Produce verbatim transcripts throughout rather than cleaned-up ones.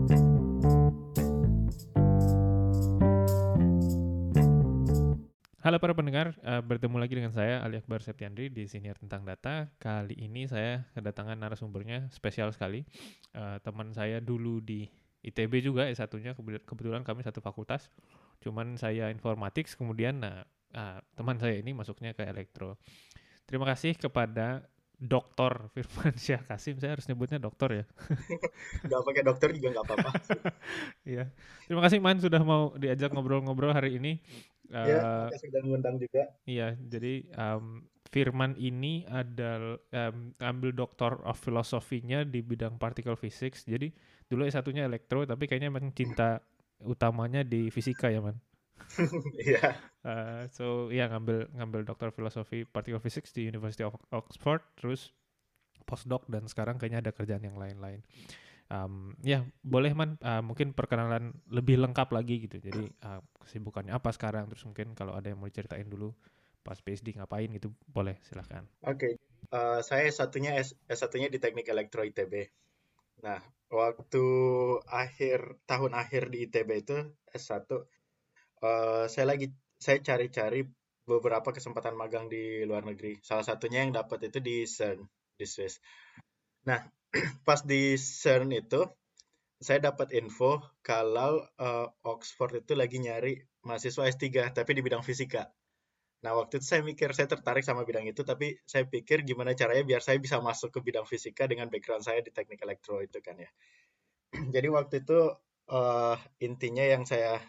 Halo para pendengar, uh, bertemu lagi dengan saya Ali Akbar Septiandri di Siniar Tentang Data. Kali ini saya kedatangan narasumbernya spesial sekali. Uh, teman saya dulu di I T B juga S satunya, kebetulan kami satu fakultas. Cuman saya informatics, kemudian nah, uh, teman saya ini masuknya ke elektro. Terima kasih kepada Doktor Firman Syah Kasim, saya harus nyebutnya doktor ya. Nggak pakai dokter juga nggak apa-apa. Iya. Terima kasih Man sudah mau diajak ngobrol-ngobrol hari ini. Ya, Uh, makasih sudah mengundang juga. Iya, jadi um, Firman ini adalah um, ambil Doctor of Philosophy-nya di bidang particle physics. Jadi dulu S satunya elektro, tapi kayaknya emang cinta utamanya di fisika ya, Man. Iya. Uh, so ya ngambil ngambil Doctor Philosophy Particle Physics di University of Oxford, terus postdoc dan sekarang kayaknya ada kerjaan yang lain-lain. Um, ya boleh Man, uh, mungkin perkenalan lebih lengkap lagi gitu. Jadi uh, kesibukannya apa sekarang, terus mungkin kalau ada yang mau diceritain dulu pas P H D ngapain gitu, boleh silahkan. Oke. Eh, saya S satunya S, S1-nya di Teknik Elektro I T B. Nah, waktu akhir tahun akhir di I T B itu S satu, eh, saya lagi saya cari-cari beberapa kesempatan magang di luar negeri. Salah satunya yang dapat itu di CERN di Swiss. Nah, pas di CERN itu saya dapat info kalau eh, Oxford itu lagi nyari mahasiswa S tiga tapi di bidang fisika. Nah, waktu itu saya mikir, saya tertarik sama bidang itu, tapi saya pikir gimana caranya biar saya bisa masuk ke bidang fisika dengan background saya di teknik elektro itu kan ya. Jadi waktu itu eh, intinya yang saya,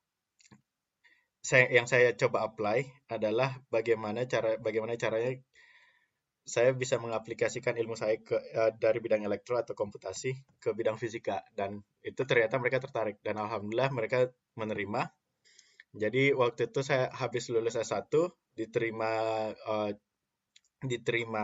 saya yang saya coba apply adalah bagaimana cara bagaimana caranya saya bisa mengaplikasikan ilmu saya ke eh, dari bidang elektro atau komputasi ke bidang fisika dan itu ternyata mereka tertarik dan alhamdulillah mereka menerima. Jadi waktu itu saya habis lulus S satu diterima eh, diterima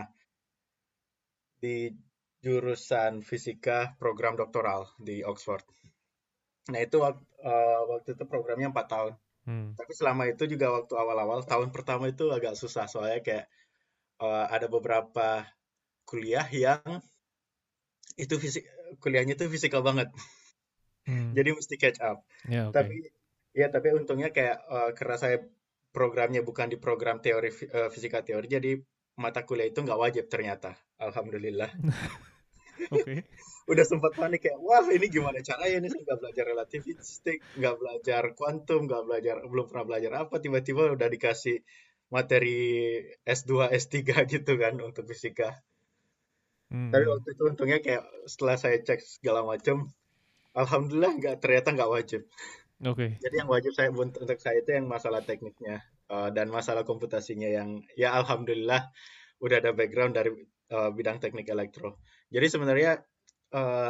di jurusan fisika program doktoral di Oxford. Nah, itu wak- eh, waktu itu programnya empat tahun. Hmm. Tapi selama itu juga waktu awal-awal, tahun pertama itu agak susah soalnya kayak eh, ada beberapa kuliah yang itu fisik kuliahnya itu fisikal banget. Hmm. Jadi mesti catch up. Ya oke. Tapi ya tapi untungnya kayak eh, karena saya programnya bukan di program teori fi- eh, fisika teori, jadi mata kuliah itu nggak wajib ternyata. Alhamdulillah. Oke. Udah sempat panik kayak wah ini gimana caranya ini saya nggak belajar relativistik nggak belajar kuantum nggak belajar belum pernah belajar apa tiba-tiba udah dikasih materi S dua S tiga gitu kan untuk fisika Hmm, tapi hmm. waktu itu untungnya kayak setelah saya cek segala macam alhamdulillah nggak ternyata nggak wajib Oke. jadi yang wajib saya untuk untuk saya itu yang masalah tekniknya eh, dan masalah komputasinya yang ya alhamdulillah udah ada background dari eh, bidang teknik elektro jadi sebenarnya eh,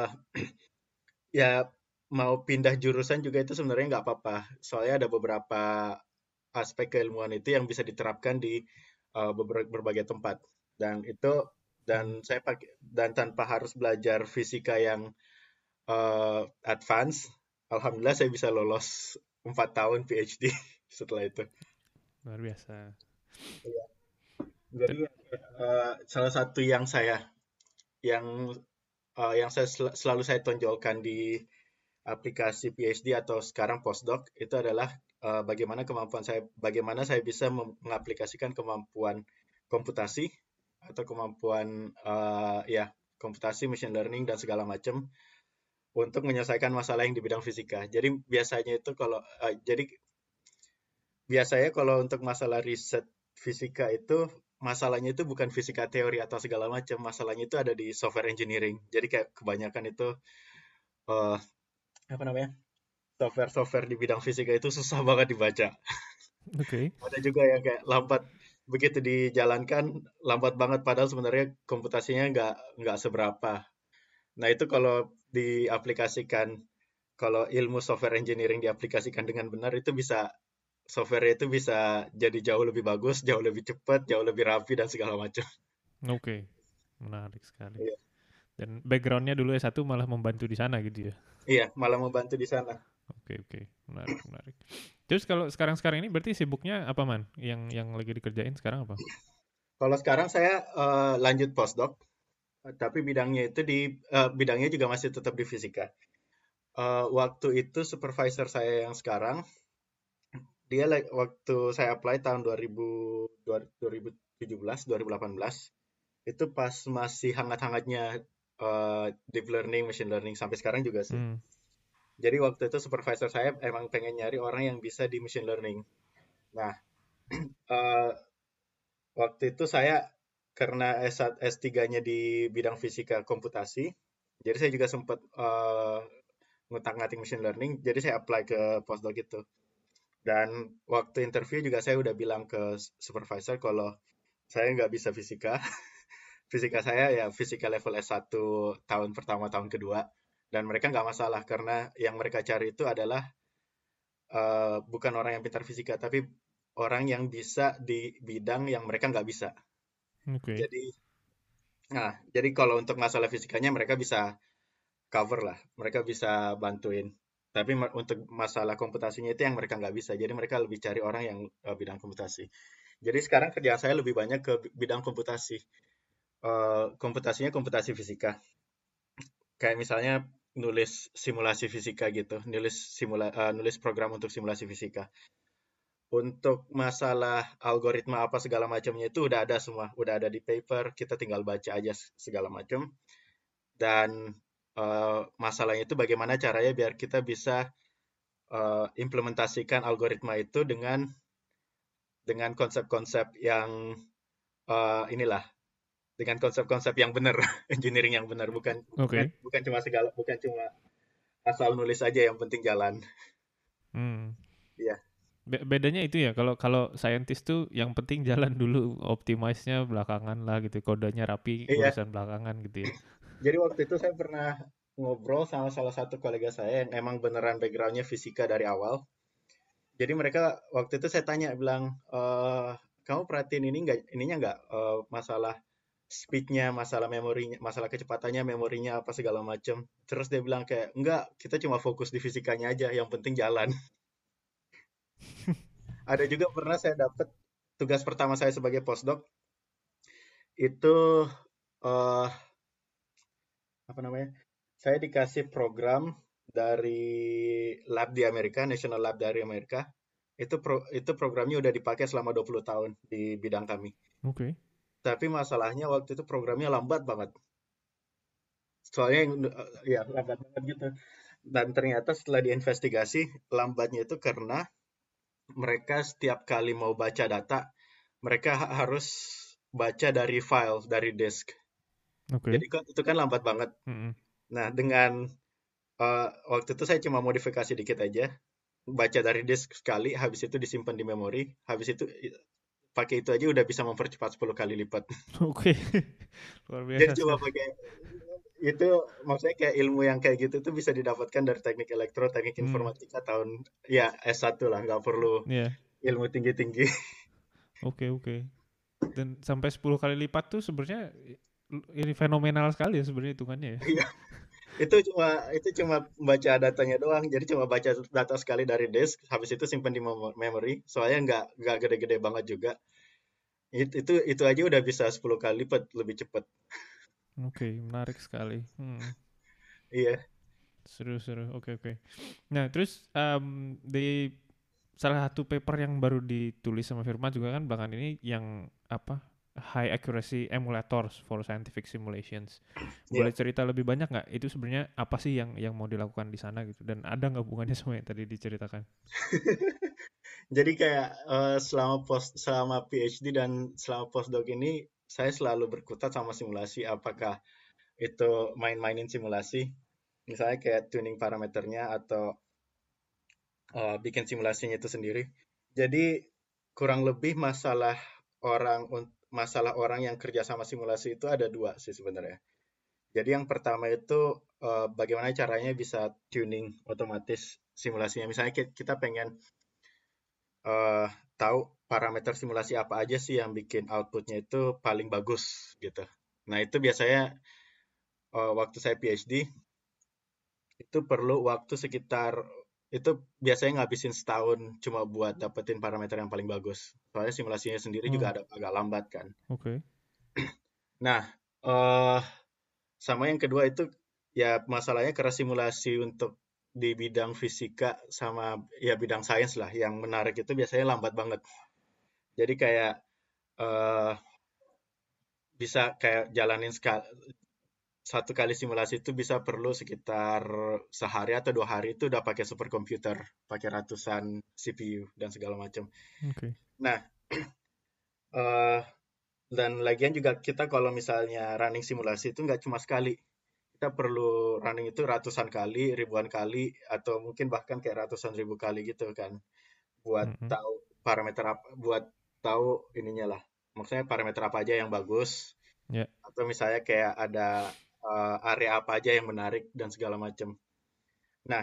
ya mau pindah jurusan juga itu sebenarnya nggak apa-apa. Soalnya ada beberapa aspek keilmuan itu yang bisa diterapkan di uh, beber- berbagai tempat. Dan itu Hmm. dan saya pakai dan tanpa harus belajar fisika yang uh, advance, alhamdulillah saya bisa lolos empat tahun P H D setelah itu. Luar biasa. Iya. Jadi Te- uh, salah satu yang saya yang uh, yang saya sel- selalu saya tonjolkan di aplikasi P H D atau sekarang postdoc itu adalah uh, bagaimana kemampuan saya, bagaimana saya bisa mengaplikasikan kemampuan komputasi atau kemampuan uh, ya komputasi, machine learning dan segala macam untuk menyelesaikan masalah yang di bidang fisika. Jadi biasanya itu kalau uh, jadi biasanya kalau untuk masalah riset fisika itu masalahnya itu bukan fisika teori atau segala macam, masalahnya itu ada di software engineering. Jadi kayak kebanyakan itu uh, apa namanya software-software di bidang fisika itu susah banget dibaca. Oke. Ada juga yang kayak lambat begitu dijalankan lambat banget padahal sebenarnya komputasinya nggak nggak seberapa. Nah itu kalau diaplikasikan kalau ilmu software engineering diaplikasikan dengan benar itu bisa software itu bisa jadi jauh lebih bagus, jauh lebih cepat, jauh lebih rapi dan segala macam. Oke. Menarik sekali. Iya, Dan backgroundnya dulu S satu malah membantu di sana gitu ya. iya malah membantu di sana. Oke oke, menarik menarik. Terus kalau sekarang-sekarang ini berarti sibuknya apa Man? Yang yang lagi dikerjain sekarang apa? Kalau sekarang saya eh, lanjut postdoc, tapi bidangnya itu di eh, bidangnya juga masih tetap di fisika. eh, waktu itu supervisor saya yang sekarang, dia like, waktu saya apply tahun dua ribu, dua ribu tujuh belas, dua ribu delapan belas, itu pas masih hangat-hangatnya eh, deep learning, machine learning sampai sekarang juga sih. Hmm. Jadi waktu itu supervisor saya emang pengen nyari orang yang bisa di machine learning. Nah, eh, waktu itu saya karena S satu, S tiga-nya di bidang fisika komputasi, jadi saya juga sempat eh, ngutak-ngatik machine learning, jadi saya apply ke postdoc itu. Dan waktu interview juga saya udah bilang ke supervisor kalau saya nggak bisa fisika. Fisika saya ya fisika level S satu tahun pertama, tahun kedua. Dan mereka nggak masalah karena yang mereka cari itu adalah eh, bukan orang yang pintar fisika, tapi orang yang bisa di bidang yang mereka nggak bisa. Oke. Jadi, nah, jadi kalau untuk masalah fisikanya mereka bisa cover lah, mereka bisa bantuin. Tapi ma- untuk masalah komputasinya itu yang mereka nggak bisa. Jadi mereka lebih cari orang yang eh, bidang komputasi. Jadi sekarang kerjaan saya lebih banyak ke bidang komputasi. Eh, komputasinya komputasi fisika. Kayak misalnya nulis simulasi fisika gitu, nulis simula, eh, nulis program untuk simulasi fisika. Untuk masalah algoritma apa segala macamnya itu udah ada semua, udah ada di paper, kita tinggal baca aja segala macam. Dan eh, masalahnya itu bagaimana caranya biar kita bisa eh, implementasikan algoritma itu dengan dengan konsep-konsep yang eh, inilah, dengan konsep-konsep yang benar, engineering yang benar, bukan bukan Oke. bukan cuma segala, bukan cuma asal nulis aja yang penting jalan. Hmm. Iya, Be- bedanya itu ya, kalau kalau scientist tuh yang penting jalan dulu, optimize-nya belakangan lah gitu, kodenya rapi, iya. urusan belakangan gitu ya. Jadi waktu itu saya pernah ngobrol sama salah satu kolega saya yang emang beneran backgroundnya fisika dari awal. Jadi mereka waktu itu saya tanya bilang, eh kamu perhatiin ini nggak, ininya nggak, eh, masalah speednya, masalah memorinya, masalah kecepatannya, memorinya apa segala macam. Terus dia bilang kayak, enggak, kita cuma fokus di fisikanya aja, yang penting jalan. Ada juga pernah saya dapat tugas pertama saya sebagai postdoc itu eh apa namanya? Saya dikasih program dari lab di Amerika, National Lab dari Amerika. Itu pro, itu programnya udah dipakai selama dua puluh tahun di bidang kami. Oke. Tapi masalahnya waktu itu programnya lambat banget. Soalnya yang eh, ya lambat banget gitu. Dan ternyata setelah diinvestigasi, lambatnya itu karena mereka setiap kali mau baca data, mereka ha- harus baca dari file, dari disk. Oke. Jadi kan itu kan lambat banget. Mm-mm. Nah, dengan eh, waktu itu saya cuma modifikasi dikit aja, baca dari disk sekali, habis itu disimpan di memori, habis itu i- pakai itu aja udah bisa mempercepat sepuluh kali lipat. Oke. Luar Jadi biasa coba sekali. pakai itu, maksudnya kayak ilmu yang kayak gitu tuh bisa didapatkan dari teknik elektro, teknik Hmm. informatika tahun ya S satu lah, nggak perlu Ya. ilmu tinggi-tinggi. Oke, oke. Dan sampai sepuluh kali lipat tuh sebenarnya ini fenomenal sekali ya sebenarnya hitungannya ya. Iya, itu cuma itu cuma baca datanya doang. Jadi cuma baca data sekali dari disk, habis itu simpan di memo- memory. Soalnya nggak nggak gede-gede banget juga. Itu, itu itu aja udah bisa sepuluh kali lipat lebih cepat. Oke, menarik sekali. Hmm. Iya, Seru-seru. Oke, oke. Nah, terus em, di salah satu paper yang baru ditulis sama Firman juga kan belakangan ini yang apa, high accuracy emulators for scientific simulations. Boleh iya. cerita lebih banyak nggak? Itu sebenarnya apa sih yang yang mau dilakukan di sana gitu? Dan ada nggak hubungannya sama yang tadi diceritakan? Jadi kayak eh, selama post selama PhD dan selama postdoc ini saya selalu berkutat sama simulasi. Apakah itu main-mainin simulasi, misalnya kayak tuning parameternya atau eh, bikin simulasinya itu sendiri. Jadi kurang lebih masalah orang un- masalah orang yang kerja sama simulasi itu ada dua sih sebenarnya. Jadi yang pertama itu eh, bagaimana caranya bisa tuning otomatis simulasinya. Misalnya ki- kita pengen eh, tahu parameter simulasi apa aja sih yang bikin outputnya itu paling bagus gitu. Nah itu biasanya eh, waktu saya PhD itu perlu waktu sekitar itu biasanya ngabisin setahun cuma buat dapetin parameter yang paling bagus. Soalnya simulasinya sendiri juga Oh, ada agak lambat kan. oke. Nah, eh sama yang kedua itu ya masalahnya karena simulasi untuk di bidang fisika sama ya bidang sains lah yang menarik itu biasanya lambat banget. Jadi kayak eh, bisa kayak jalanin ska- satu kali simulasi itu bisa perlu sekitar sehari atau dua hari itu udah pakai superkomputer, pakai ratusan C P U dan segala macam. Oke. Nah, eh, dan lagian juga kita kalau misalnya running simulasi itu nggak cuma sekali. Kita perlu running itu ratusan kali, ribuan kali, atau mungkin bahkan kayak ratusan ribu kali gitu kan. Buat Mm-mm. tahu parameter apa, buat tahu ininya lah. Maksudnya parameter apa aja yang bagus, Ya. atau misalnya kayak ada eh, area apa aja yang menarik dan segala macam. Nah,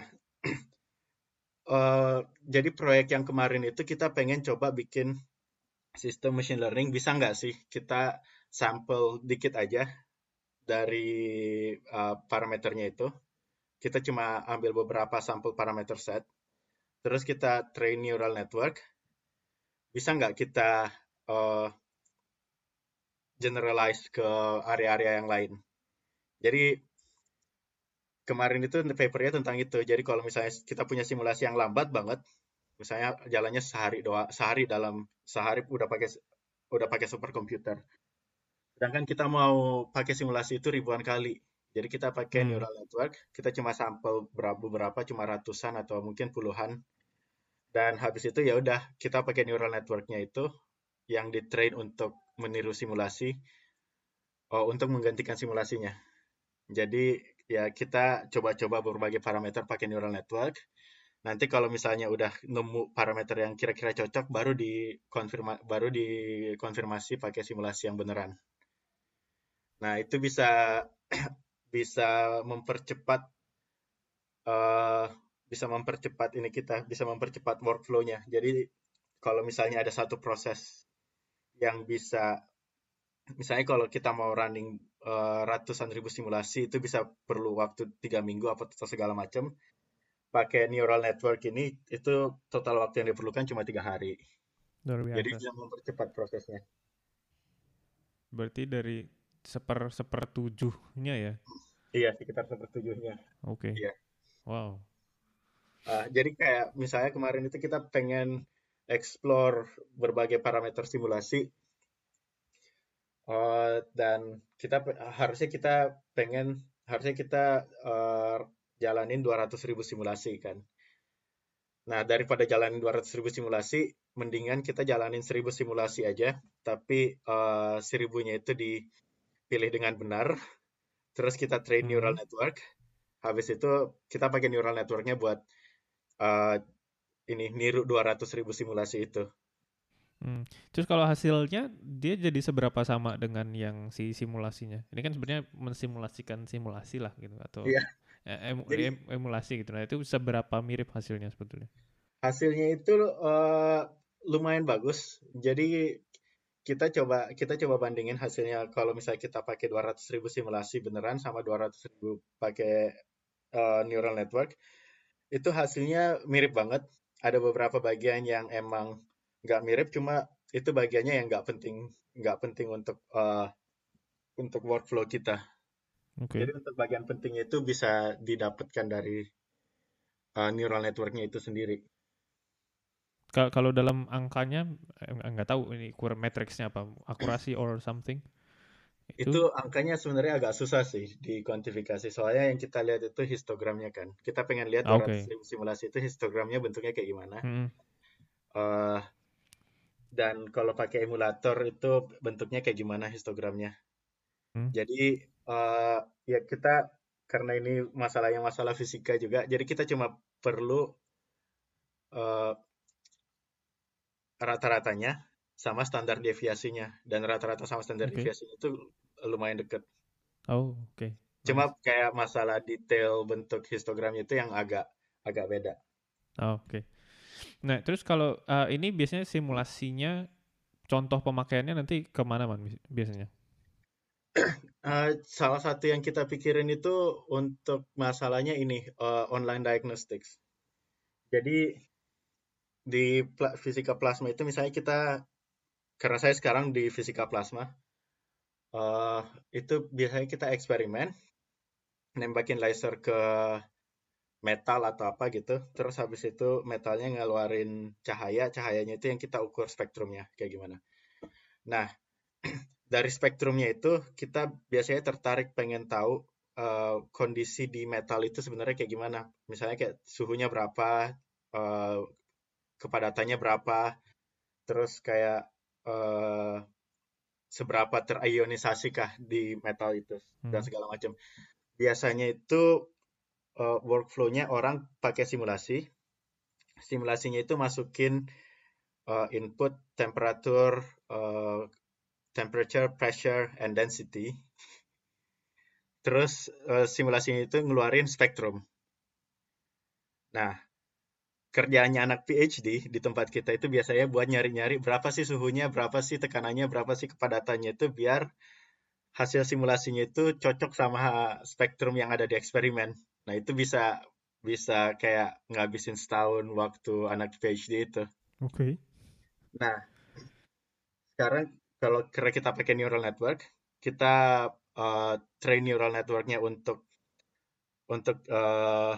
eh, jadi proyek yang kemarin itu kita pengen coba bikin sistem machine learning. Bisa nggak sih kita sampel dikit aja dari eh, parameternya itu. Kita cuma ambil beberapa sampel parameter set, terus kita train neural network. Bisa nggak kita eh, generalize ke area-area yang lain? Jadi kemarin itu papernya tentang itu. Jadi kalau misalnya kita punya simulasi yang lambat banget, misalnya jalannya sehari doa, sehari dalam sehari udah pakai udah pakai superkomputer. Sedangkan kita mau pakai simulasi itu ribuan kali. Jadi kita pakai Hmm. neural network, kita cuma sampel berapa beberapa cuma ratusan atau mungkin puluhan. Dan habis itu ya udah kita pakai neural networknya itu yang ditrain untuk meniru simulasi, oh, untuk menggantikan simulasinya. Jadi ya kita coba-coba berbagai parameter pakai neural network. Nanti kalau misalnya udah nemu parameter yang kira-kira cocok, baru dikonfirma baru dikonfirmasi pakai simulasi yang beneran. Nah, itu bisa bisa mempercepat eh, bisa mempercepat ini kita bisa mempercepat workflow-nya. Jadi kalau misalnya ada satu proses yang bisa, misalnya kalau kita mau running eh, ratusan ribu simulasi itu bisa perlu waktu tiga minggu apa atau segala macam. Pakai neural network ini itu total waktu yang diperlukan cuma tiga hari. Luar Jadi biasa. bisa mempercepat prosesnya. Berarti dari seper sepertujuhnya ya. Iya, sekitar sepertujuhnya. Oke. Iya. Wow. Ah, jadi kayak misalnya kemarin itu kita pengen explore berbagai parameter simulasi. Eh, dan kita pe- harusnya kita pengen harusnya kita eh, jalanin dua ratus ribu simulasi kan. Nah, daripada jalanin dua ratus ribu simulasi, mendingan kita jalanin seribu simulasi aja, tapi eh, seribunya itu dipilih dengan benar, terus kita train neural Hmm. network. Habis itu kita pakai neural networknya buat eh, ini niru dua ratus ribu simulasi itu. Hmm. Terus kalau hasilnya dia jadi seberapa sama dengan yang si simulasinya? Ini kan sebenarnya mensimulasikan simulasi lah gitu atau Iya, eh, em- jadi em- emulasi gitu. Nah, itu seberapa mirip hasilnya sebetulnya? hasilnya itu eh, lumayan bagus. Jadi kita coba kita coba bandingin hasilnya kalau misalnya kita pakai dua ratus ribu simulasi beneran sama dua ratus ribu pakai eh, neural network, itu hasilnya mirip banget. Ada beberapa bagian yang emang nggak mirip, cuma itu bagiannya yang nggak penting nggak penting untuk eh, untuk workflow kita. Oke. Jadi untuk bagian pentingnya itu bisa didapatkan dari eh, neural networknya itu sendiri. Ka- Kalau dalam angkanya eh, nggak tahu ini ukuran matriksnya apa, akurasi or something Itu itu. angkanya sebenarnya agak susah sih dikuantifikasi. Soalnya yang kita lihat itu histogramnya kan. Kita pengen lihat Ah, dua ratus oke. ribu simulasi itu histogramnya bentuknya kayak gimana. Hmm. Eh, dan kalau pakai emulator itu bentuknya kayak gimana histogramnya. Hmm. Jadi eh, ya kita karena ini masalahnya masalah fisika juga, jadi kita cuma perlu eh, rata-ratanya sama standar deviasinya. Dan rata-rata sama standar Oke. deviasinya itu lumayan deket. Oh, oke. Cuma Nice. kayak masalah detail bentuk histogramnya itu yang agak agak beda. Oh, oke. Nah, terus kalau eh, ini biasanya simulasinya contoh pemakaiannya nanti kemana man bi- biasanya? Eh, salah satu yang kita pikirin itu untuk masalahnya ini eh, online diagnostics. Jadi di pla- fisika plasma itu misalnya kita, karena saya sekarang di fisika plasma, eh, itu biasanya kita eksperimen, nembakin laser ke metal atau apa gitu. Terus habis itu metalnya ngeluarin cahaya, cahayanya itu yang kita ukur spektrumnya kayak gimana. Nah, dari spektrumnya itu kita biasanya tertarik pengen tahu eh, kondisi di metal itu sebenarnya kayak gimana. Misalnya kayak suhunya berapa, eh, kepadatannya berapa, terus kayak eh, seberapa terionisasi kah di metal itu dan Hmm. segala macam. Biasanya itu eh, workflow-nya orang pakai simulasi. Simulasinya itu masukin eh, input temperatur, eh, temperature, pressure, and density. Terus eh, simulasinya itu ngeluarin spektrum. Nah, kerjaannya anak PhD di tempat kita itu biasanya buat nyari-nyari berapa sih suhunya, berapa sih tekanannya, berapa sih kepadatannya itu biar hasil simulasinya itu cocok sama spektrum yang ada di eksperimen. Nah, itu bisa bisa kayak ngabisin setahun waktu anak PhD itu. Oke. Okay. Nah, sekarang kalau karena kita pakai neural network, kita uh, train neural networknya untuk untuk uh,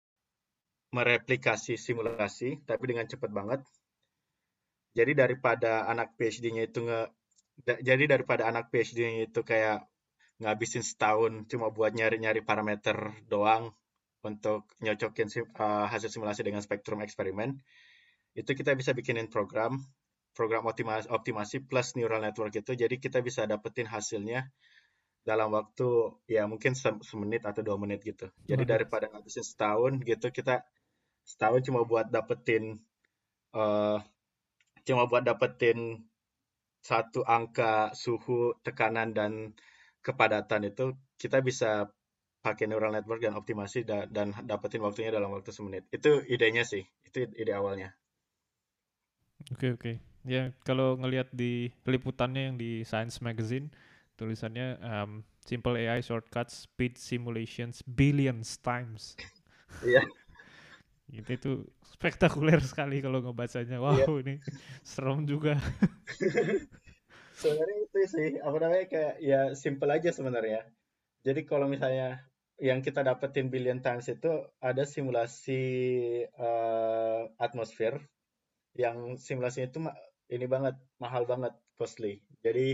mereplikasi simulasi, tapi dengan cepat banget. Jadi daripada anak PhD-nya itu nge, da- jadi daripada anak PhD-nya itu kayak ngabisin setahun cuma buat nyari-nyari parameter doang untuk nyocokin sim- uh, hasil simulasi dengan spektrum eksperimen, itu kita bisa bikinin program, program optimasi, optimasi plus neural network itu, jadi kita bisa dapetin hasilnya dalam waktu ya mungkin se- semenit atau dua menit gitu. Jadi Waduh. daripada ngabisin setahun gitu, kita setahun cuma buat dapetin eh, cuma buat dapetin satu angka suhu, tekanan dan kepadatan itu kita bisa pakai neural network dan optimasi da- dan dapetin waktunya dalam waktu semenit. Itu idenya sih, itu ide awalnya. Oke, okay, oke. Okay. Ya, kalau ngelihat di peliputannya yang di Science Magazine, tulisannya um, Simple A I shortcuts speed simulations billions times. Iya, Gitu itu spektakuler sekali kalau ngebacanya. iya. Wow, ini serem juga. Sebenarnya itu sih, apa namanya kayak ya simple aja sebenarnya. Jadi kalau misalnya yang kita dapetin billion times itu ada simulasi eh, atmosfer yang simulasinya itu ma- ini banget mahal banget costly. Jadi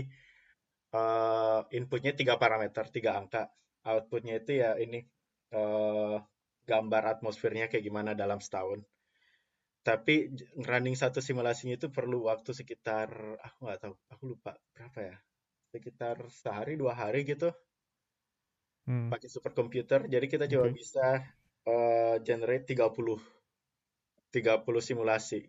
eh, inputnya tiga parameter, tiga angka. Outputnya itu ya ini eh, gambar atmosfernya kayak gimana dalam setahun. Tapi j- running satu simulasinya itu perlu waktu sekitar aku nggak tahu, aku lupa berapa ya. Sekitar sehari dua hari gitu Hmm, pakai superkomputer. Jadi kita oke. coba Okay. bisa eh, generate tiga puluh tiga puluh simulasi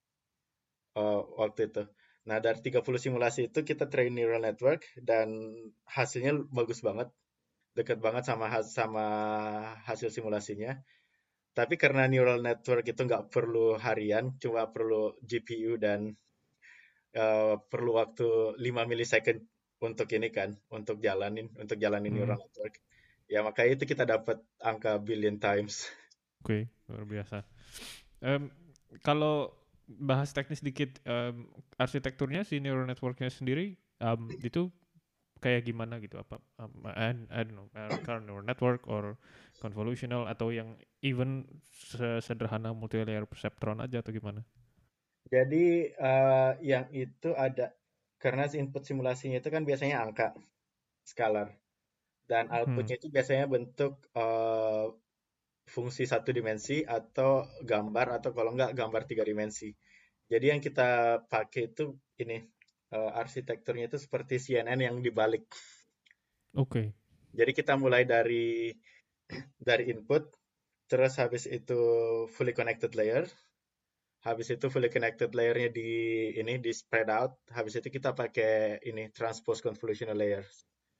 eh, waktu itu. Nah, dari tiga puluh simulasi itu kita train neural network dan hasilnya bagus banget, dekat banget sama has- sama hasil simulasinya. Tapi karena neural network itu nggak perlu harian, cuma perlu G P U dan eh, perlu waktu lima milisecond untuk ini kan, untuk jalanin, untuk jalanin Hmm, neural network. Ya makanya itu kita dapat angka billion times. oke, okay. Luar biasa. Em, kalau bahas teknis dikit, em, arsitekturnya si neural networknya sendiri em, itu kayak gimana gitu? Apa um, I, I don't know, uh, recurrent neural network or convolutional atau yang even sederhana multi-layer perceptron aja atau gimana? Jadi eh, yang itu ada karena si input simulasinya itu kan biasanya angka scalar dan Hmm, outputnya itu biasanya bentuk eh, fungsi satu dimensi atau gambar atau kalau enggak gambar tiga dimensi. Jadi yang kita pakai itu ini eh, arsitekturnya itu seperti C N N yang dibalik. oke. Okay. Jadi kita mulai dari dari input, terus habis itu fully connected layer, habis itu fully connected layernya di ini di spread out, habis itu kita pakai ini transpose convolutional layers.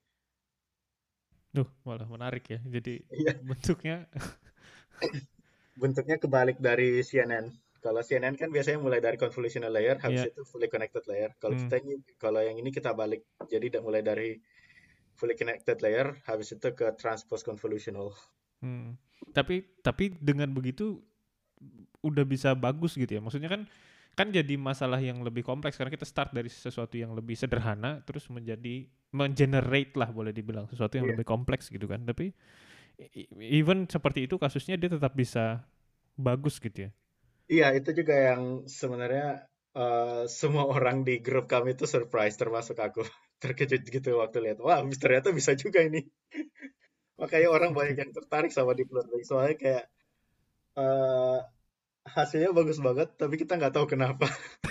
Duh, malah menarik ya. Jadi Iya, bentuknya, bentuknya kebalik dari C N N. Kalau C N N kan biasanya mulai dari convolutional layer, habis ya, itu fully connected layer. Kalau hmm, kita ini, kalau yang ini kita balik, jadi da- mulai dari fully connected layer, habis itu ke transpose convolutional. hmm. Tapi tapi dengan begitu udah bisa bagus gitu ya. Maksudnya kan kan jadi masalah yang lebih kompleks karena kita start dari sesuatu yang lebih sederhana terus menjadi mengenerate lah boleh dibilang sesuatu yang Iya, lebih kompleks gitu kan. Tapi even seperti itu kasusnya dia tetap bisa bagus gitu ya. Iya, itu juga yang sebenarnya eh, semua orang di grup kami itu surprise, termasuk aku. Terkejut gitu waktu lihat, wah, ternyata bisa juga ini. Makanya orang banyak Oke. yang tertarik sama Deep Learning. Soalnya kayak eh, hasilnya bagus banget, tapi kita nggak tahu kenapa.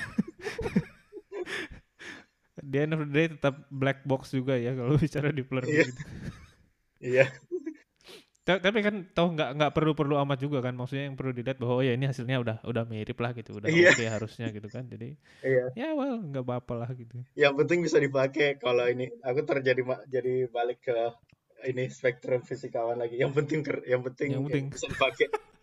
Dia end of the day tetap black box juga ya kalau bicara deep Iya, learning gitu. iya, Ta- Tapi kan toh nggak nggak perlu-perlu amat juga kan. Maksudnya yang perlu dilihat bahwa oh ya ini hasilnya udah udah mirip lah gitu, udah iya, oke harusnya gitu kan. Jadi iya. ya well nggak apa-apa lah gitu. Yang penting bisa dipakai. Kalau ini, aku terjadi ma- jadi balik ke ini spektrum fisikawan lagi. Yang penting, ker- yang penting Yang ya, penting bisa dipakai.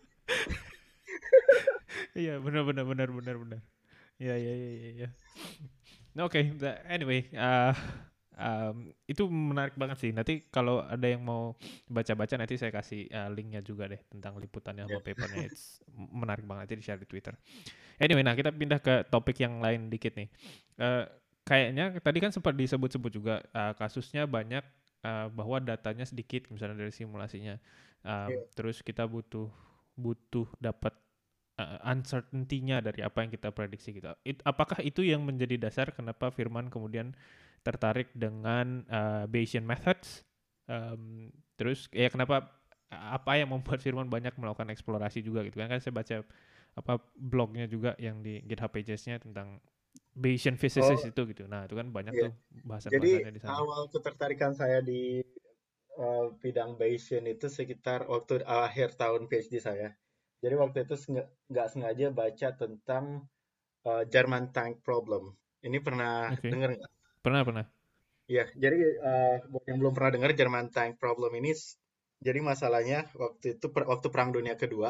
iya benar benar benar benar benar. Ya ya ya ya ya. Nah, oke, tha- anyway, uh, um, itu menarik banget sih. Nanti kalau ada yang mau baca-baca nanti saya kasih uh, linknya juga deh tentang liputannya Ya. sama papernya. It's menarik banget, nanti di-share di Twitter. Anyway, nah kita pindah ke topik yang lain dikit nih. Uh, kayaknya tadi kan sempat disebut-sebut juga uh, kasusnya banyak uh, bahwa datanya sedikit misalnya dari simulasinya. Um, Iya. terus kita butuh butuh dapat uh, uncertainty-nya dari apa yang kita prediksi gitu. It, apakah itu yang menjadi dasar kenapa Firman kemudian tertarik dengan uh, Bayesian methods? Um, terus ya kenapa apa yang membuat Firman banyak melakukan eksplorasi juga gitu kan? Kan saya baca apa blognya juga yang di GitHub Pages-nya tentang Bayesian physicist Oh, itu gitu. Nah, itu kan banyak iya. tuh Jadi bahasan-bahasannya di sana. awal ketertarikan saya di eh, bidang Bayesian itu sekitar waktu akhir tahun PhD saya. Jadi waktu itu senga- nggak sengaja baca tentang eh, German Tank Problem. Ini pernah Oke. Okay. dengar nggak? Pernah pernah. Iya, jadi eh, buat yang belum pernah dengar German Tank Problem ini, s- jadi masalahnya waktu itu per- waktu Perang Dunia Kedua,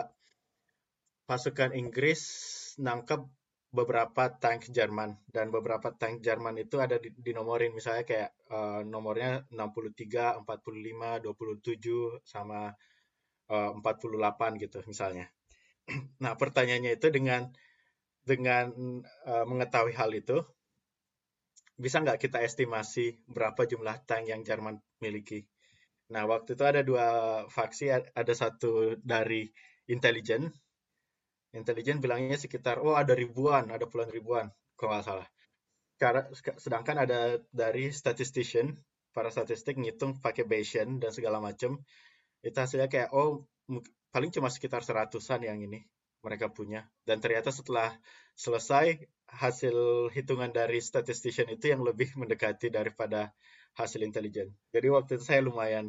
pasukan Inggris nangkep beberapa tank Jerman dan beberapa tank Jerman itu ada di, dinomorin misalnya kayak eh, nomornya enam puluh tiga, empat puluh lima, dua puluh tujuh sama eh, empat puluh delapan gitu misalnya. Nah, pertanyaannya itu dengan dengan eh, mengetahui hal itu, bisa nggak kita estimasi berapa jumlah tank yang Jerman miliki? Nah, waktu itu ada dua faksi, ada satu dari intelijen. Intelijen bilangnya sekitar, oh ada ribuan, ada puluhan ribuan, kalau nggak salah. Cara, sedangkan ada dari statistician, para statistik ngitung pakai Bayesian dan segala macam, itu hasilnya kayak, oh paling cuma sekitar seratusan yang ini mereka punya. Dan ternyata setelah selesai, hasil hitungan dari statistician itu yang lebih mendekati daripada hasil intelijen. Jadi waktu itu saya lumayan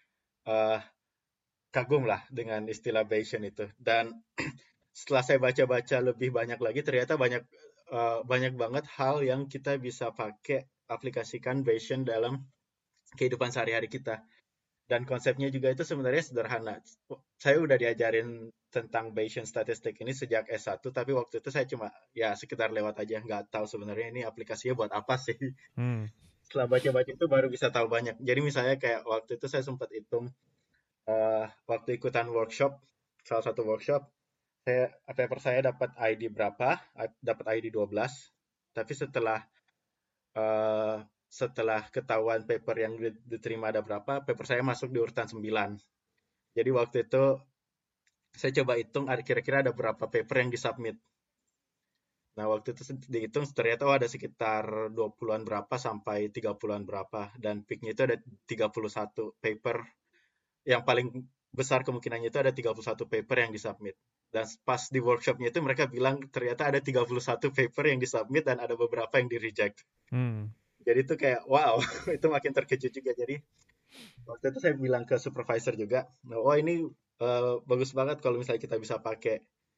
uh, kagum lah dengan istilah Bayesian itu. Dan setelah saya baca-baca lebih banyak lagi, ternyata banyak uh, banyak banget hal yang kita bisa pakai aplikasikan Bayesian dalam kehidupan sehari-hari kita. Dan konsepnya juga itu sebenarnya sederhana. Saya udah diajarin tentang Bayesian statistik ini sejak S satu, tapi waktu itu saya cuma ya sekitar lewat aja, nggak tahu sebenarnya ini aplikasinya buat apa sih. Hmm. Setelah baca-baca itu baru bisa tahu banyak. Jadi misalnya kayak waktu itu saya sempat hitung eh, waktu ikutan workshop, salah satu workshop, saya paper saya dapat I D berapa? Dapat I D dua belas. Tapi setelah eh, setelah ketahuan paper yang diterima ada berapa, paper saya masuk di urutan sembilan. Jadi waktu itu saya coba hitung kira-kira ada berapa paper yang disubmit. Nah, waktu itu dihitung ternyata oh, ada sekitar dua puluhan berapa sampai tiga puluhan berapa. Dan peaknya itu ada tiga puluh satu paper. Yang paling besar kemungkinannya itu ada tiga puluh satu paper yang disubmit. Dan pas di workshopnya itu mereka bilang ternyata ada tiga puluh satu paper yang disubmit dan ada beberapa yang di reject. Hmm. Jadi itu kayak wow, itu makin terkejut juga. Jadi waktu itu saya bilang ke supervisor juga, oh ini uh, bagus banget kalau misalnya kita bisa pakai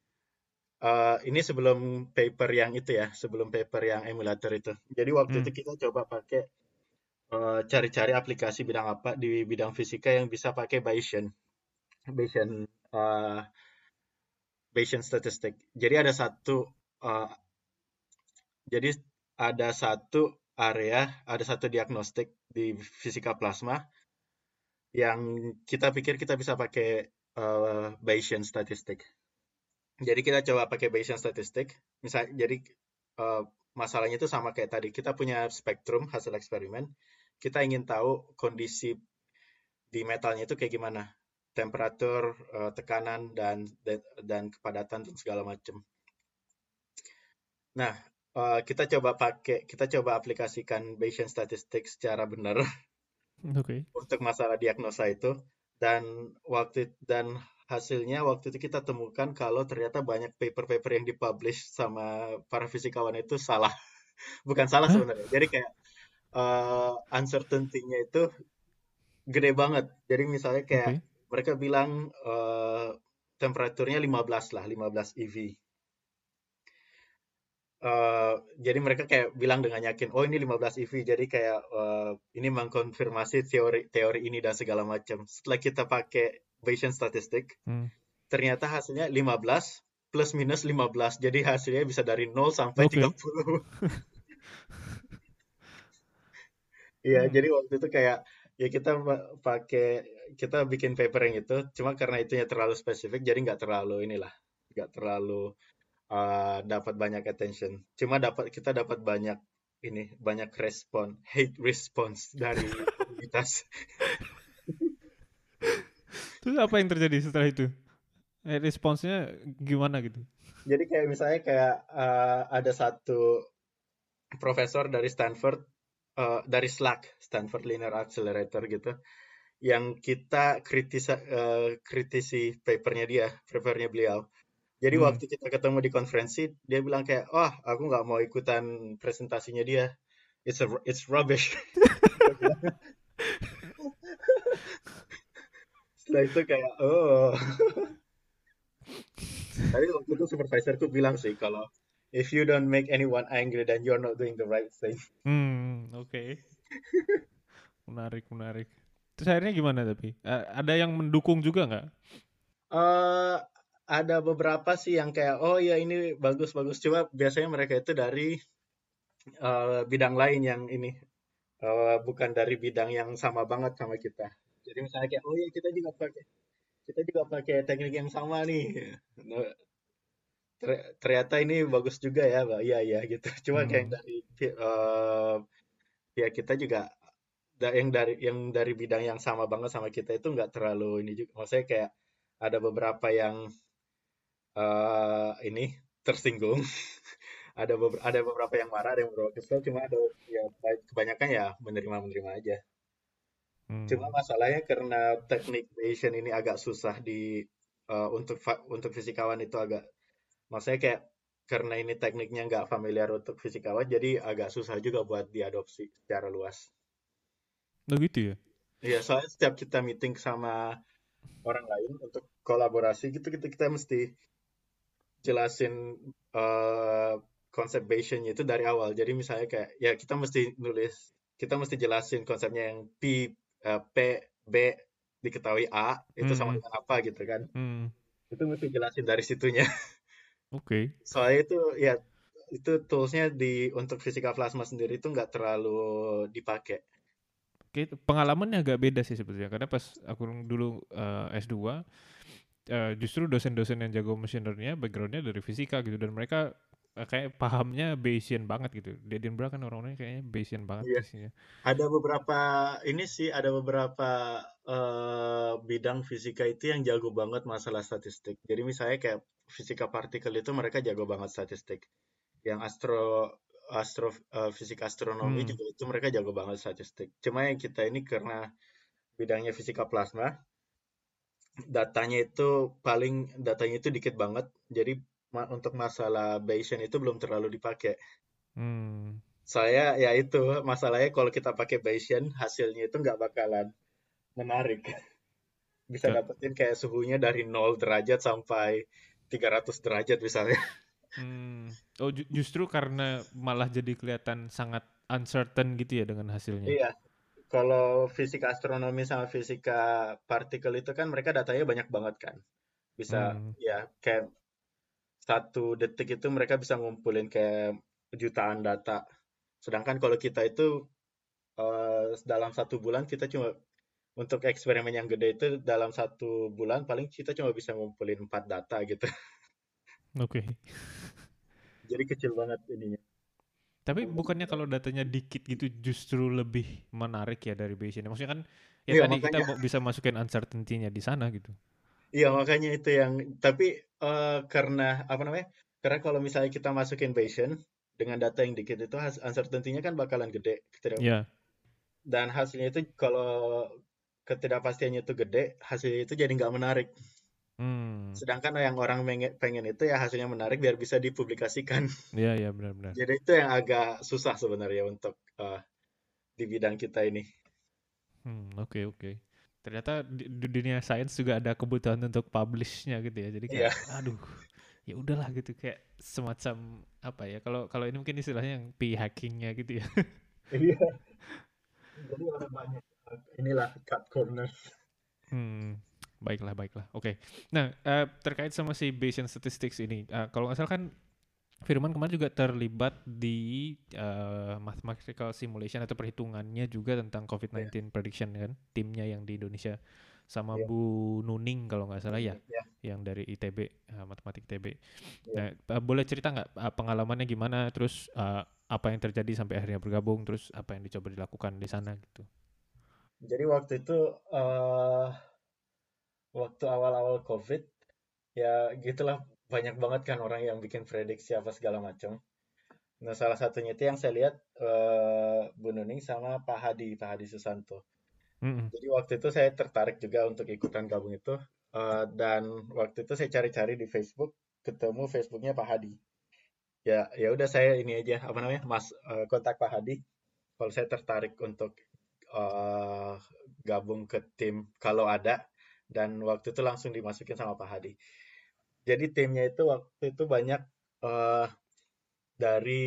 uh, ini sebelum paper yang itu ya, sebelum paper yang emulator itu. Jadi waktu Hmm. itu kita coba pakai uh, cari-cari aplikasi bidang apa di bidang fisika yang bisa pakai Bayesian, Bayesian, uh, Bayesian statistik. Jadi ada satu, uh, jadi ada satu area, ada satu diagnostik di fisika plasma yang kita pikir kita bisa pakai uh, Bayesian statistik. Jadi kita coba pakai Bayesian statistik. Misal, jadi uh, masalahnya itu sama kayak tadi. Kita punya spektrum hasil eksperimen. Kita ingin tahu kondisi di metalnya itu kayak gimana. temperatur, uh, tekanan dan dan kepadatan dan segala macam. Nah, uh, kita coba pakai, kita coba aplikasikan Bayesian Statistics secara benar Oke. Okay. untuk masalah diagnosa itu. Dan waktu dan hasilnya waktu itu kita temukan kalau ternyata banyak paper-paper yang dipublish sama para fisikawan itu salah. Bukan salah Hah? sebenarnya. Jadi kayak uh, uncertainty-nya itu gede banget. Jadi misalnya Oke. kayak Okay. mereka bilang uh, temperaturnya lima belas lah, lima belas E V. Uh, jadi mereka kayak bilang dengan yakin, oh ini lima belas E V, jadi kayak uh, ini mengkonfirmasi teori teori ini dan segala macam. Setelah kita pakai Bayesian statistik, Hmm. ternyata hasilnya lima belas plus minus lima belas. Jadi hasilnya bisa dari nol sampai Oke. tiga puluh. Iya, Hmm. jadi waktu itu kayak ya kita ma- pakai kita bikin paper yang itu, cuma karena itunya terlalu spesifik, jadi nggak terlalu inilah, nggak terlalu uh, dapat banyak attention. Cuma dapat kita dapat banyak ini, banyak respon, hate response dari komunitas. Terus apa yang terjadi setelah itu? Eh, responsnya gimana gitu? Jadi kayak misalnya kayak uh, ada satu profesor dari Stanford, uh, dari SLAC, Stanford Linear Accelerator gitu, yang kita kritisa, uh, kritisi papernya dia, papernya beliau. Jadi Hmm. waktu kita ketemu di konferensi, dia bilang kayak, "Wah, aku nggak mau ikutan presentasinya dia. It's a, it's rubbish." Dia bilang. Setelah itu kayak, oh. Tapi waktu itu supervisorku bilang sih kalau if you don't make anyone angry, then you're not doing the right thing. Hmm. Oke. Okay. Menarik, menarik. Terus akhirnya gimana tapi? A- ada yang mendukung juga nggak? Eh, ada beberapa sih yang kayak, oh ya ini bagus-bagus. Cuma biasanya mereka itu dari eh, bidang lain yang ini, eh, bukan dari bidang yang sama banget sama kita. Jadi misalnya kayak, oh ya kita juga pakai kita juga pakai teknik yang sama nih. Nah, ter- ternyata ini bagus juga ya, Mbak. Iya iya gitu. Cuma kayak yang Hmm. dari eh, ya kita juga da- yang dari yang dari bidang yang sama banget sama kita itu nggak terlalu ini juga. Maksudnya kayak ada beberapa yang eh, ini tersinggung, ada beber- ada beberapa yang marah, ada yang beberapa kesel, cuma ada ya ba- kebanyakan ya menerima menerima aja. Cuma Hmm. masalahnya karena teknik Bayesian ini agak susah di eh, untuk fa- untuk fisikawan itu agak, maksudnya kayak karena ini tekniknya nggak familiar untuk fisikawan, jadi agak susah juga buat diadopsi secara luas. Oh gitu ya? Iya, soalnya setiap kita meeting sama orang lain untuk kolaborasi gitu kita kita mesti jelasin eh, konsep Bayesian itu dari awal. Jadi misalnya kayak ya kita mesti nulis, kita mesti jelasin konsepnya yang P, eh, P, B diketahui A itu sama Hmm. dengan apa gitu kan. Hmm. Itu mesti jelasin dari situnya. Oke. Okay. Soalnya itu ya itu toolsnya di untuk fisika plasma sendiri itu nggak terlalu dipakai. Oke, pengalamannya agak beda sih sebetulnya. Karena pas aku dulu eh, S dua, eh, justru dosen-dosen yang jago mesin learning-nya background-nya dari fisika gitu. Dan mereka eh, kayak pahamnya Bayesian banget gitu. Di Edinburgh kan orang-orangnya kayaknya Bayesian banget Iya. isinya. Ada beberapa ini sih, ada beberapa eh, bidang fisika itu yang jago banget masalah statistik. Jadi misalnya kayak fisika partikel itu mereka jago banget statistik. Yang astro astro eh, fisika astronomi Hmm. juga itu mereka jago banget statistik. Cuma yang kita ini karena bidangnya fisika plasma, datanya itu paling datanya itu dikit banget. Jadi ma- untuk masalah Bayesian itu belum terlalu dipakai. Hmm. Saya ya itu masalahnya kalau kita pakai Bayesian hasilnya itu nggak bakalan menarik. Bisa Gak. dapetin kayak suhunya dari nol derajat sampai tiga ratus derajat misalnya. Hmm. Oh ju- justru karena malah jadi kelihatan sangat uncertain gitu ya dengan hasilnya. Iya, kalau fisika astronomi sama fisika partikel itu kan mereka datanya banyak banget kan. Bisa Hmm. ya kayak satu detik itu mereka bisa ngumpulin kayak jutaan data. Sedangkan kalau kita itu eh, dalam satu bulan kita cuma untuk eksperimen yang gede itu dalam satu bulan paling kita cuma bisa ngumpulin empat data gitu. Oke. Okay. Jadi kecil banget ininya. Tapi bukannya kalau datanya dikit gitu justru lebih menarik ya dari Bayesian? Maksudnya kan Ya Iya tadi kita makanya, mau bisa masukin uncertainty-nya di sana gitu. iya makanya itu yang, tapi eh, karena apa namanya? Karena kalau misalnya kita masukin Bayesian dengan data yang dikit itu has- uncertainty-nya kan bakalan gede. Ketidak- Ya. Dan hasilnya itu kalau ketidakpastiannya itu gede, hasilnya itu jadi nggak menarik. Hmm. Sedangkan yang orang pengen, pengen itu ya hasilnya menarik biar bisa dipublikasikan. Iya, iya benar-benar. Jadi itu yang agak susah sebenarnya untuk eh, di bidang kita ini. Hmm, oke oke. Ternyata di, di dunia sains juga ada kebutuhan untuk publish-nya gitu ya. Jadi Iya. kayak aduh, ya udahlah gitu kayak semacam apa ya? Kalau kalau ini mungkin istilahnya yang p hacking-nya gitu ya. Iya. Jadi orang banyak. Inilah cut corner. Hmm, baiklah baiklah. Oke. Nah, eh, terkait sama si Bayesian statistics ini, eh, kalau nggak salah kan Firman kemarin juga terlibat di eh, mathematical simulation atau perhitungannya juga tentang Iya, covid sembilan belas prediction kan, timnya yang di Indonesia sama iya. Bu Nuning kalau nggak salah ya, Iya, yang dari I T B, eh, matematik I T B. iya. Nah, eh, boleh cerita nggak eh, pengalamannya gimana, terus eh, apa yang terjadi sampai akhirnya bergabung, terus apa yang dicoba dilakukan di sana gitu. Jadi waktu itu eh waktu awal-awal COVID ya gitulah banyak banget kan orang yang bikin prediksi apa segala macam. Nah, salah satunya itu yang saya lihat eh Bu Nuning sama Pak Hadi, Pak Hadi Susanto. Mm-mm. Jadi waktu itu saya tertarik juga untuk ikutan gabung itu. Eh, dan waktu itu saya cari-cari di Facebook, ketemu Facebooknya Pak Hadi. Ya, ya udah saya ini aja apa namanya, Mas eh, kontak Pak Hadi. Kalau saya tertarik untuk eh, gabung ke tim kalau ada, dan waktu itu langsung dimasukin sama Pak Hadi. Jadi timnya itu waktu itu banyak eh, dari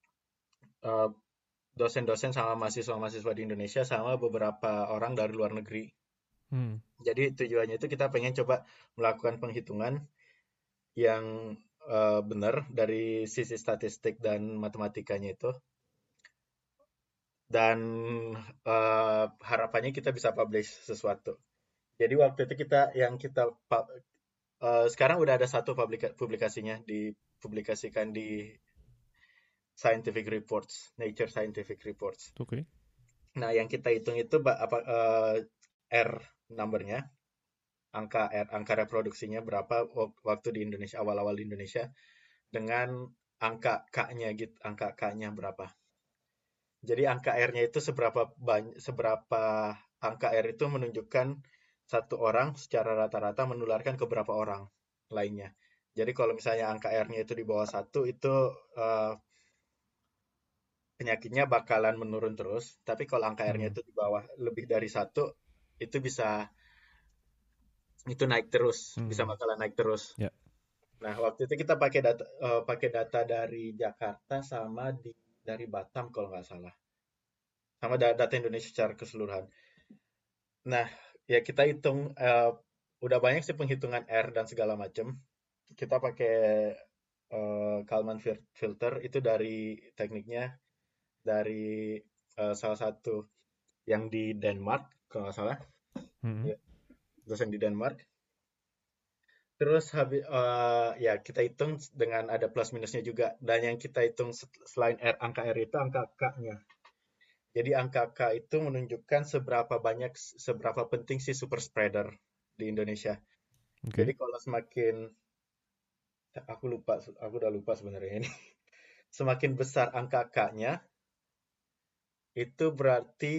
eh, dosen-dosen sama mahasiswa-mahasiswa di Indonesia sama beberapa orang dari luar negeri. Hmm. Jadi tujuannya itu kita pengen coba melakukan penghitungan yang eh, benar dari sisi statistik dan matematikanya itu. Dan eh, harapannya kita bisa publish sesuatu. Jadi waktu itu kita yang kita pu- eh, sekarang udah ada satu publika- publikasinya dipublikasikan di Scientific Reports, Nature Scientific Reports. Oke. Okay. Nah, yang kita hitung itu ba- apa eh, R numbernya, angka R, angka reproduksinya berapa wak- waktu di Indonesia, awal-awal di Indonesia, dengan angka K-nya gitu, angka K-nya berapa. Jadi angka R-nya itu seberapa banyak, seberapa angka R itu menunjukkan satu orang secara rata-rata menularkan ke berapa orang lainnya. Jadi kalau misalnya angka R-nya itu di bawah satu, itu eh, penyakitnya bakalan menurun terus. Tapi kalau angka R-nya Hmm. itu di bawah lebih dari satu, itu bisa itu naik terus, bisa Hmm. bakalan naik terus. Ya. Nah, waktu itu kita pakai data eh, pakai data dari Jakarta sama di dari Batam kalau nggak salah, sama da- data Indonesia secara keseluruhan. Nah, ya kita hitung eh, udah banyak sih penghitungan R dan segala macam. Kita pakai eh, Kalman fil- filter itu dari tekniknya dari eh, salah satu yang di Denmark kalau nggak salah. Hmm. Ya, terus yang di Denmark. Terus habis eh, ya kita hitung dengan ada plus minusnya juga. Dan yang kita hitung set- selain R, angka R itu angka K-nya. Jadi angka K itu menunjukkan seberapa banyak, seberapa penting si super spreader di Indonesia. Oke. Jadi kalau semakin, aku lupa, aku udah lupa sebenarnya ini. Semakin besar angka K-nya, itu berarti,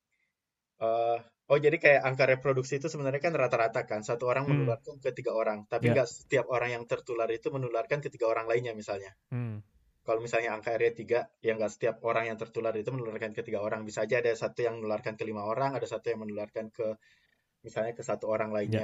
eh, oh jadi kayak angka reproduksi itu sebenarnya kan rata-rata kan, satu orang Hmm. menularkan ke tiga orang. Tapi Ya. nggak setiap orang yang tertular itu menularkan ke tiga orang lainnya misalnya. Hmm. Kalau misalnya angka R-nya tiga, ya nggak setiap orang yang tertular itu menularkan ke tiga orang. Bisa aja ada satu yang menularkan ke lima orang, ada satu yang menularkan ke, misalnya ke satu orang Ya. lainnya.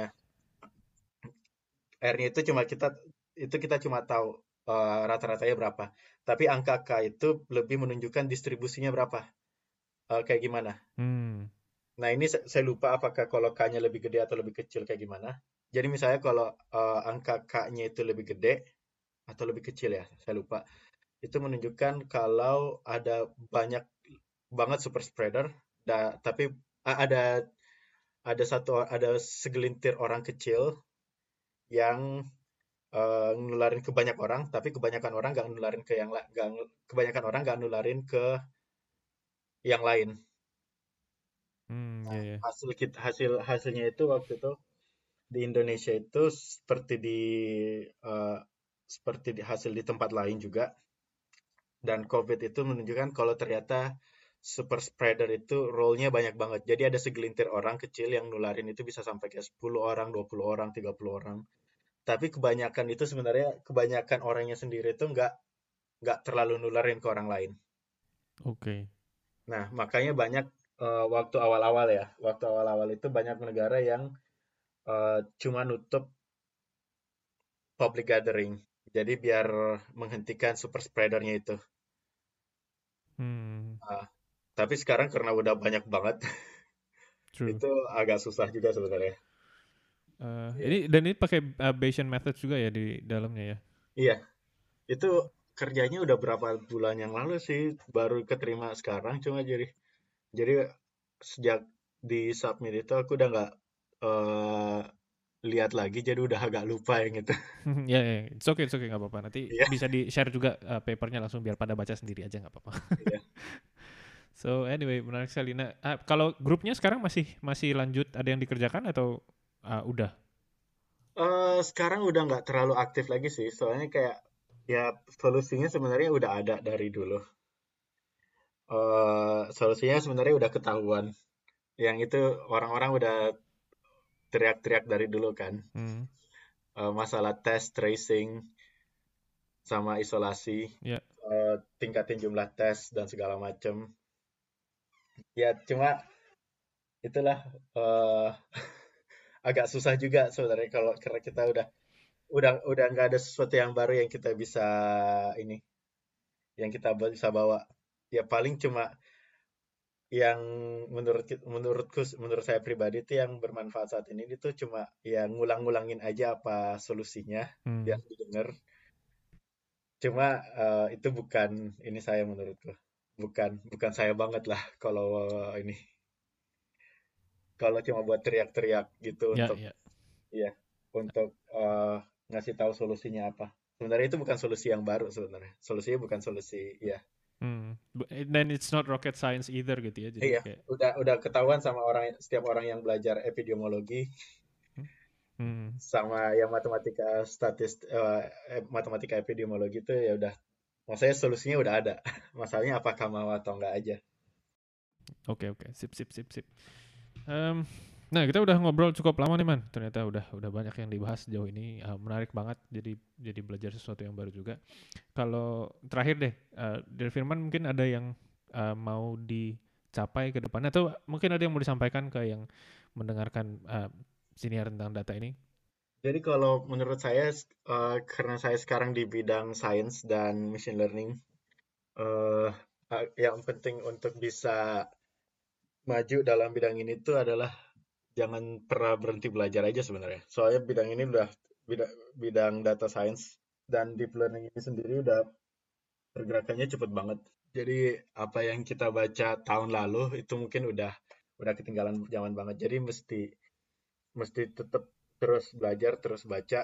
R-nya itu cuma kita itu kita cuma tahu eh, rata-ratanya berapa. Tapi angka K itu lebih menunjukkan distribusinya berapa. Eh, kayak gimana. Hmm. Nah, ini sa- saya lupa apakah kalau K-nya lebih gede atau lebih kecil kayak gimana. Jadi misalnya kalau eh, angka K-nya itu lebih gede atau lebih kecil ya, saya lupa. Itu menunjukkan kalau ada banyak banget super spreader, da- tapi a- ada ada satu ada segelintir orang kecil yang eh, nularin ke banyak orang, tapi kebanyakan orang nggak nularin ke yang la- nggak kebanyakan orang nggak nularin ke yang lain. Hmm, ya Nah, ya. hasil kita hasil hasilnya itu waktu itu di Indonesia itu seperti di eh, seperti di hasil di tempat lain juga, dan COVID itu menunjukkan kalau ternyata super spreader itu role-nya banyak banget. Jadi ada segelintir orang kecil yang nularin itu bisa sampai kayak sepuluh orang, dua puluh orang, tiga puluh orang. Tapi kebanyakan itu sebenarnya kebanyakan orangnya sendiri itu nggak nggak terlalu nularin ke orang lain. Oke. Nah, makanya banyak eh, waktu awal-awal ya, waktu awal-awal itu banyak negara yang eh, cuma nutup public gathering. Jadi biar menghentikan super spreadernya itu. Hmm, Ah, tapi sekarang karena udah banyak banget, true. itu agak susah juga sebenarnya. Eh, ini Iya. dan ini pakai uh, Bayesian method juga ya di dalamnya ya. Iya, itu kerjanya udah berapa bulan yang lalu sih, baru keterima sekarang. Cuma jadi, jadi sejak di submit itu aku udah nggak eh, lihat lagi, jadi udah agak lupa yang itu. Ya, ya, it's okay, it's okay, nggak apa-apa. Nanti Iya, bisa di share juga uh, papernya langsung biar pada baca sendiri aja nggak apa-apa. iya. So anyway, menarik sekali. Nah, ah, kalau grupnya sekarang masih masih lanjut, ada yang dikerjakan atau ah, udah? Eh, sekarang udah nggak terlalu aktif lagi sih, soalnya kayak ya solusinya sebenarnya udah ada dari dulu. Eh, solusinya sebenarnya udah ketahuan. Yang itu orang-orang udah teriak-teriak dari dulu kan. Hmm, Eh, masalah tes, tracing, sama isolasi, ya, eh, tingkatin jumlah tes dan segala macam. Ya cuma itulah eh, agak susah juga sebenarnya kalau karena kita udah udah udah nggak ada sesuatu yang baru yang kita bisa ini, yang kita bisa bawa. Ya paling cuma yang menurut ki- menurutku menurut saya pribadi itu yang bermanfaat saat ini itu cuma ya ngulang-ngulangin aja apa solusinya hmm, biar didengar. Cuma eh, itu bukan ini saya menurutku. Bukan bukan saya banget lah kalau ini. Kalau cuma buat teriak-teriak gitu ya, untuk ya. ya untuk eh, ngasih tahu solusinya apa. Sebenarnya itu bukan solusi yang baru sebenarnya. Solusinya bukan solusi ya. Hmm. Bu- then it's not rocket science either gitu ya. Jadi Iya, kayak, udah udah ketahuan sama orang setiap orang yang belajar epidemiologi hmm, hmm, sama yang matematika statis eh, eh, matematika epidemiologi itu ya udah, maksudnya solusinya udah ada. Masalahnya apakah mau atau enggak aja. oke oke, sip sip sip sip. Em, nah kita udah ngobrol cukup lama nih man. Ternyata udah udah banyak yang dibahas sejauh ini. Ah, menarik banget. Jadi jadi belajar sesuatu yang baru juga. Kalau terakhir deh, eh, dari Firman mungkin ada yang eh, mau dicapai ke depannya atau mungkin ada yang mau disampaikan ke yang mendengarkan eh, siniar tentang data ini? Jadi kalau menurut saya eh, karena saya sekarang di bidang sains dan machine learning, eh, eh, yang penting untuk bisa maju dalam bidang ini tuh adalah jangan pernah berhenti belajar aja sebenarnya. Soalnya bidang ini udah bidang, bidang data science dan deep learning ini sendiri udah pergerakannya cepet banget. Jadi apa yang kita baca tahun lalu itu mungkin udah udah ketinggalan zaman banget. Jadi mesti mesti tetap terus belajar, terus baca,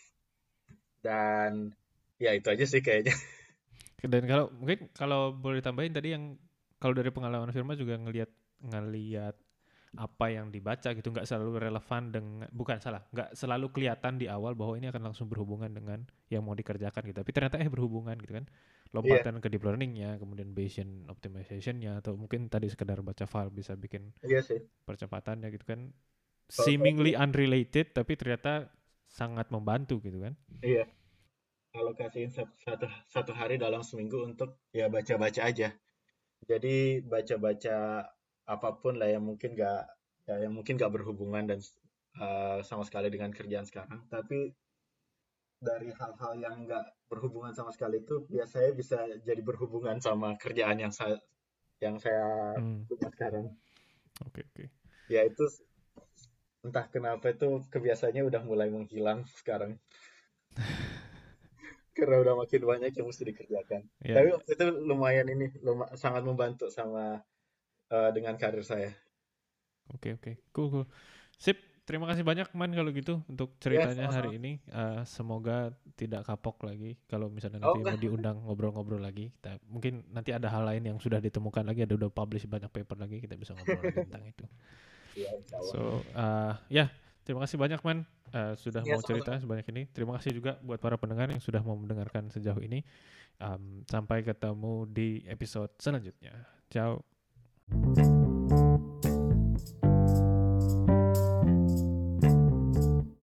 dan ya itu aja sih kayaknya. Dan kalau mungkin kalau boleh ditambahin tadi yang kalau dari pengalaman Firman juga ngelihat ngelihat apa yang dibaca gitu nggak selalu relevan dengan bukan salah nggak selalu kelihatan di awal bahwa ini akan langsung berhubungan dengan yang mau dikerjakan gitu tapi ternyata eh berhubungan gitu kan Iya, lompatan ke deep learningnya kemudian Bayesian optimizationnya atau mungkin tadi sekedar baca file bisa bikin iya sih. percepatannya gitu kan Kalau saya seemingly sih, unrelated tapi ternyata sangat membantu gitu kan. iya. Kalau kasihin satu, satu, satu hari dalam seminggu untuk ya baca-baca aja. Jadi baca-baca apapun lah yang mungkin gak ya, yang mungkin gak berhubungan dan eh, sama sekali dengan kerjaan sekarang. Tapi dari hal-hal yang nggak berhubungan sama sekali itu biasanya bisa jadi berhubungan sama kerjaan yang saya yang saya Hmm, punya sekarang. oke oke. Ya itu entah kenapa itu kebiasaannya udah mulai menghilang sekarang karena udah makin banyak yang mesti dikerjakan. Ya Tapi ya waktu itu lumayan ini luma- sangat membantu sama eh, dengan karir saya. oke oke cool cool sip. terima kasih banyak Man kalau gitu untuk Ya, ceritanya sama-sama. hari ini. Uh, semoga tidak kapok lagi kalau misalnya Oh, nanti mau enggak. diundang ngobrol-ngobrol lagi. Kita mungkin nanti ada hal lain yang sudah ditemukan lagi, ada udah publish banyak paper lagi, kita bisa ngobrol lagi tentang itu. Iya, insya Allah. So, uh, ya, terima kasih banyak Man uh, sudah Iya, mau cerita sama-sama. sebanyak ini. Terima kasih juga buat para pendengar yang sudah mau mendengarkan sejauh ini. Um, sampai ketemu di episode selanjutnya. Ciao.